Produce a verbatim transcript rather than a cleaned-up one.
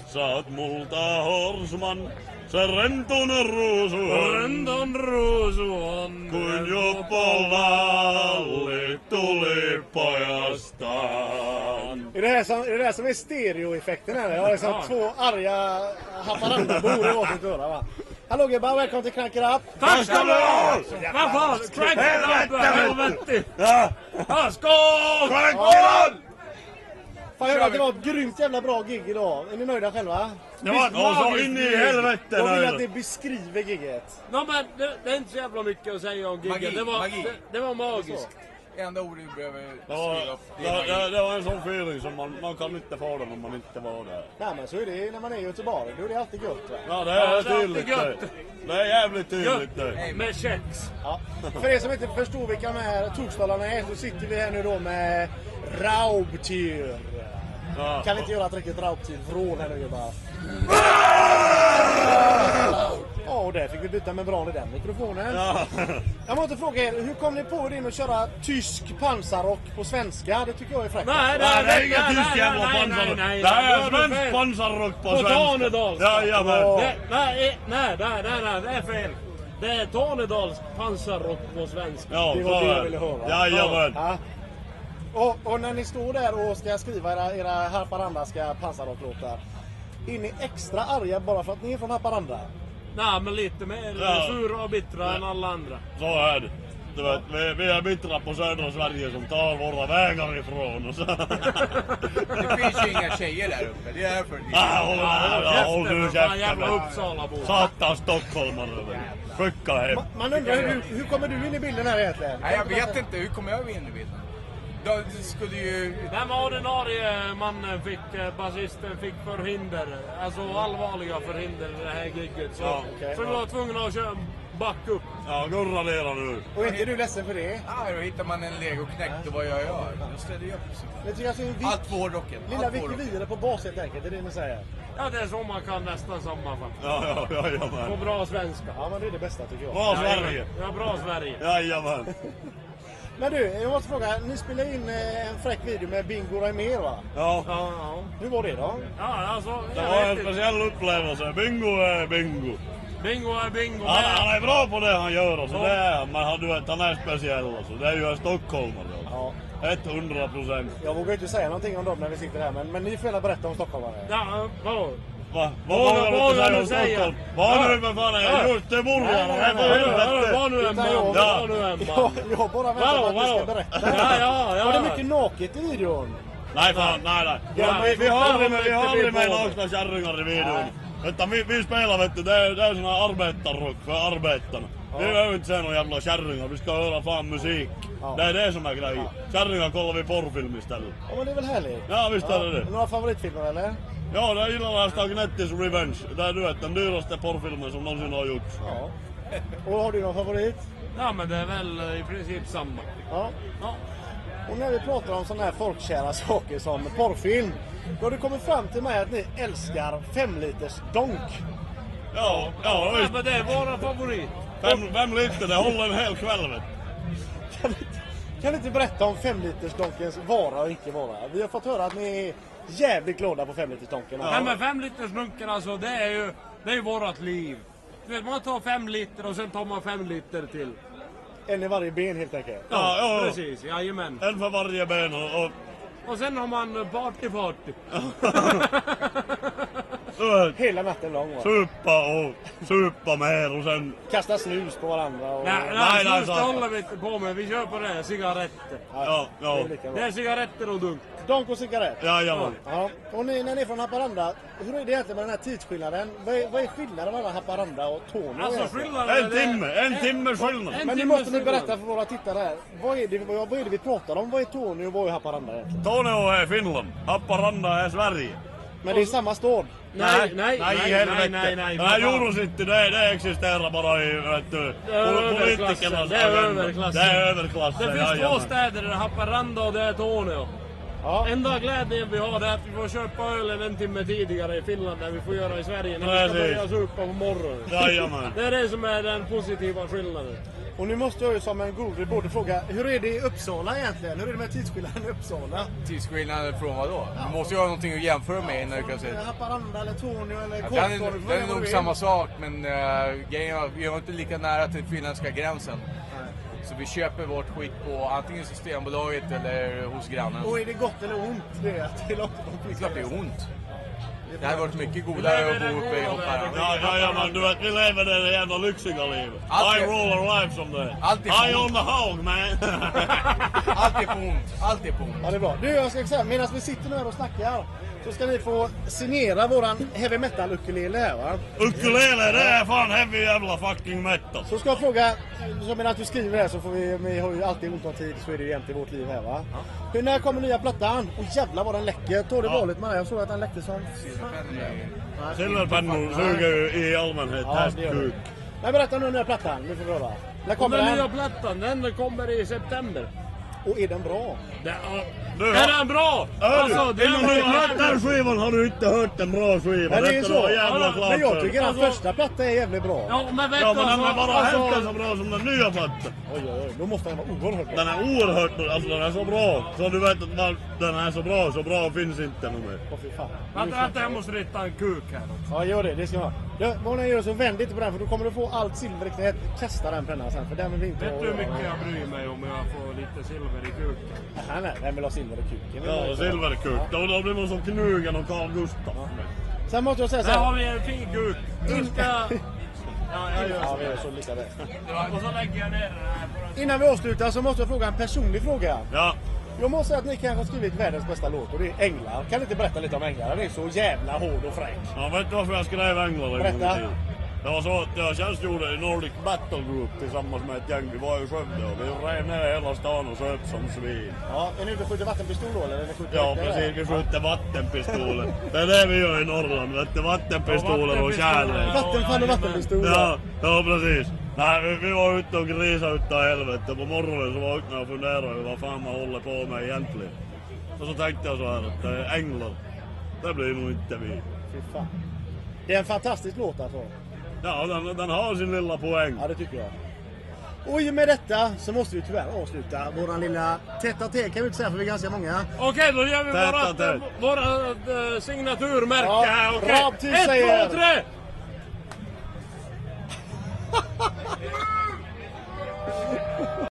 Saat multa horsman, se rentonen ruusu on. Renton ruusu on. Kun Joppo Lalli tuli pojastaan. Är det här som, är det här som är stereoeffekten här? Jag har liksom Ja. två arga Haparanda-bor i varsitt öra, va? Hallå gubbar, välkommen till Crank It Up. Tack ska du ha! Vad fan, crank it up, helvete! Ja, Ja, skål! crank it up! Fan, jag hörde att det var ett grymt jävla bra gig idag. Är ni nöjda själva? Det var ett Ja, så magiskt in i gig. helvete Jag vill att nu. ni beskriver gigget. No, men det, det är inte så jävla mycket att säga om Magi, gigget. Det var, magi. det, det var magiskt. Enda ordet du behöver Det var, skriva upp, det det, är det, magi. det var en sån feeling som man, man kan inte få den om man inte var där. Nej, men så är det när man är i Göteborg. Då är det alltid gött, va? Ja, det Ja, är det är tydligt alltid det. gött. Det är jävligt tydligt det. Gött med kex. Ja. För er som inte förstår vilka de här tokstollarna är så sitter vi här nu då med Raubtier. Ja. Kan vi inte göra ett riktigt Raubtier-vrål här nu gubbar? Ja, och där fick vi byta membran i den mikrofonen. Ja. Jag måste fråga er, hur kom ni på idén att köra tysk pansarrock på svenska? Det tycker jag är fräckt. Nej, Nej, det är ingen nej, tysk nej, jävla nej, pansarrock. nej, nej, Det nej, är då har du svensk fel. pansarrock på På svenska. Tornedalska. Jajamän. Det, nej, nej, nej, nej, nej, det är fel. Det är Tornedals pansarrock på svenska. Ja, Det så var det jag är ville höra. Jajamän. Ja. Och, och när ni står där och ska skriva era, era haparandaska pansarrocklåtar, är ni extra arga bara för att ni är från Haparanda? Nej, men lite mer Ja. sura och bittra än alla andra. Så är det. Du vet, vi, vi är bittra på södra Sverige som tar våra vägar ifrån oss. Det finns ju inga tjejer där uppe, det är därför det Ah, håll, ja, håll nu Fan, käften. jävla men. Uppsalabo. Satan stockholmare. Skicka hem. Ma- Man undrar hur, hur kommer du in i bilden här egentligen? Nej, jag vet inte, hur kommer jag in i bilden? Då skulle ju... Den ordinarie mannen fick, eh, basisten fick förhinder, alltså allvarliga förhinder i det här gigget. Så, Ja, okej. så vi var tvungna att köra backup. Ja, gurra lera nu. Och är inte du ledsen för det? Ja, då hittar man en legoknäckt och vad jag gör. Då ställer jag upp. Jag tycker alltså, vi, Allt på hårdrocken. lilla Allt på hårdrocken. Vicky på bas helt enkelt, det är det ni säger. Ja, det är så man kan nästan sammanfatta. Ja, ja, På jajamän. bra svenska. Ja, men det är det bästa tycker jag. Bra Sverige. Ja, bra Sverige. Jajamän. Men du, jag måste fråga, ni spelade in eh, en fräck video med Bingo Raimer, va? Ja. Ja, ja. Hur var det då? Ja, alltså, Det jag var en vet inte. speciell upplevelse. Bingo är bingo. Bingo är bingo. Han, han Men, är bra på det han gör. Så Ja. det är han. Men han, du vet, han är speciell. Alltså. Det är ju en stockholmare. Ja. Alltså. hundra procent. Jag vågar inte säga någonting om dem när vi sitter här, men, men ni får gärna berätta om stockholmare. ja, vadå? Va? Vågar- Vad vågar vågar du du säga om säga? Stockholm? Vad Ja. nu för fan är Ja. jag göteborgare? Nej, nej, nej, För nej. helvete. Var nu en Utan man. jag- Var nu en Jag, man. jag bara väntar på Vadå, att ni ska vadå? berätta. Ja, ja, ja. Var det mycket naket i videon? Nej fan, nej nej. Ja, Ja, vi, vi har aldrig med, vi har inte aldrig vi med på. nakna kärringar i videon. Nej. Utan vi, vi spelar vet du, det är, det är sån här arbetarrock för arbetarna. Vi behöver inte se några jävla kärringar, vi ska höra fan musik. Ja. Det är det som är grejen. Kärringar kollar vi porrfilm istället. Ja, men det är väl härligt? Ja visst är det det. Några favoritfilmer eller? Ja, jag gillar den här Stagnettis Revenge. Det är du vet, den dyraste porrfilmen som någonsin har gjorts. Ja. Och har du någon favorit? Ja, men det är väl i princip samma. Ja. Ja. Och när vi pratar om sådana här folkkära saker som porrfilm, då har det kommit fram till mig att ni älskar fem liters donk. Ja, ja Ja, visst. men det är våra favorit. Fem, fem liter, det håller en hel kväll vet du. Kan ni, inte- kan ni inte berätta om fem liters donkens vara och icke vara? Vi har fått höra att ni är jävligt glada på fem liters donken. Ja. Men fem liters lunken alltså, det är ju, det är ju vårat liv. Du vet, man tar fem liter och sen tar man fem liter till. En i varje ben helt enkelt. Ja, ja. Precis, jajamän. En för varje ben och... och Och sen har man party party. du vet, Hela natten lång va? supa och supa mer och sen... Kasta snus på varandra och... Nej, nej, nej, nej, snus så- det håller vi inte på med. Vi kör på det, cigaretter. Ja, Det ja. är lika Det bra. är cigaretter och dunk. Donk och cigarett. Jajamän. Ja. Och ni, när ni är från Haparanda, hur är det egentligen med den här tidsskillnaden? Vad är, vad är skillnaden mellan Haparanda och Torneå Alltså egentligen? skillnaden En är det- timme, en timme skillnad. en Men nu timme måste ni skillnad. berätta för våra tittare här. Vad är det, vad, vad är det vi pratar om? Vad är Torneå och vad är Haparanda egentligen? Torneå är Finland, Haparanda är Sverige. Men det är samma stad. Nej, nej, nej, nej, nej, helvete. nej, nej, Den här för fan. Eurocity, det, det existerar bara i, vet du, Det är överklassen, politikernas det är agenda. överklassen. Det är överklassen, Det finns två jajamän. städer, det är Haparanda och det är Torneå. Ja. Enda glädjen vi har är att vi får köpa ölen en timme tidigare i Finland än vi får göra i Sverige när vi ska Precis. börja supa på morgonen. Jajamän. Det är det som är den positiva skillnaden. Och nu måste jag ju som en god reporter fråga, hur är det i Uppsala egentligen? Hur är det med tidsskillnaden i Uppsala? Tidsskillnaden från vad då? Du måste ju ha någonting att jämföra med innan du kan säga. Haparanda eller Tornio eller Ja, Korpen? den är, den är nog samma sak, men uh, grejen är, vi är inte lika nära till finländska gränsen. Så vi köper vårt skit på antingen Systembolaget eller hos grannen. Och är det gott eller ont det att det låter Det är klart det är ont. Det hade varit mycket godare att bo uppe i Haparanda. Ja, ja, ja, men du vet, vi lever det jävla lyxiga livet. Allt är- I roll our life som det är. Allt är I fint. on the hog, man. Allt är på ont. Allt är på ont. Ja, det är bra. Du, jag ska säga, medan vi sitter nu här och snackar så ska ni få signera våran heavy metal ukulele här, va? Ukulele, det är fan heavy jävla fucking metal. Så ska jag fråga, så medan du skriver här så får vi, vi har ju alltid ont om tid, så är det ju jämt i vårt liv här, va? Hur när kommer nya plattan? Och jävlar vad den läcker. Tog det vanligt med det? Jag såg att den läckte som... Silverpennor suger ju i allmänhet Ja, det gör det. hästkuk. Men berätta nu om nya plattan, nu får vi höra. När Och kommer den nya den? plattan, den kommer i september. Och är den bra? Det, ja. Du, Är den bra? Alltså, det är innan du har hört den skivan har du inte hört en bra skiva. Men det är ju Detta så. var jävla Ja, klart men jag för tycker dig. den första plattan är jävligt bra. Ja, men vet Ja, du men den är bara alltså, hälften så bra som den nya plattan. Oj, oj, oj. Då måste den vara oerhört bra. Den är oerhört bra, alltså den är så bra. Så du vet att man, den är så bra, så bra finns inte någon mer. Åh, fy fan. Vänta, vänta, jag måste rita en kuk här också. Ja, gör det. Det ska jag ha. Du, vad ni gör så vänd inte på den, för då kommer du få allt silver i knät. Kasta den pennan sen, för den vill vi inte Vet ha. du hur mycket jag bryr mig om jag får lite silver i kuken? Nej, nej, den vill ha silver i kuken. Ja, silverkuk. Då, då blir man som Knugen och Carl Gustaf. Sen måste jag säga så Här har här. vi en fin kuk. Du ska... Ja, jag gör Ja, så. vi gör så lika väl. Och så lägger jag ner den här på den. Innan vi avslutar så måste jag fråga en personlig fråga. Ja, Jag måste säga att ni kanske har skrivit världens bästa låt, och det är Änglar. Kan ni inte berätta lite om Änglar? Den är så jävla hård och fräck. ja vet du varför jag skrev Änglar en gång i Berätta. tiden? Det var så att jag tjänstgjorde i Nordic Battle Group tillsammans med ett gäng. Vi var i Skövde och vi rev ner hela stan och söp som svin. Ja, är ni ute och skjuter vattenpistol då, eller är ni skjuter Ja, direkt precis. där? Vi skjuter vattenpistoler. Det är det vi gör i Norrland. Vet du? Vattenpistoler och kärlek. Vattenfall och vattenpistol. Ja, ja precis. Nej, vi, vi var ute och grisade utav helvete. På morgonen så vaknade jag och funderade över vad fan man håller på med egentligen. Och så tänkte jag så här att det är Änglar. Det blir nog inte vi. Fy fan. Det är en fantastisk låt alltså. Ja, den, den har sin lilla poäng. Ja, det tycker jag. Och i och med detta så måste vi tyvärr avsluta våran lilla tätt-a-te, kan vi inte säga, för vi är ganska många. Okej, då gör vi Tätt, vårat, tätt. vårat äh, signaturmärke Ja, här. Okej, Rabtil ett, säger- två, tre!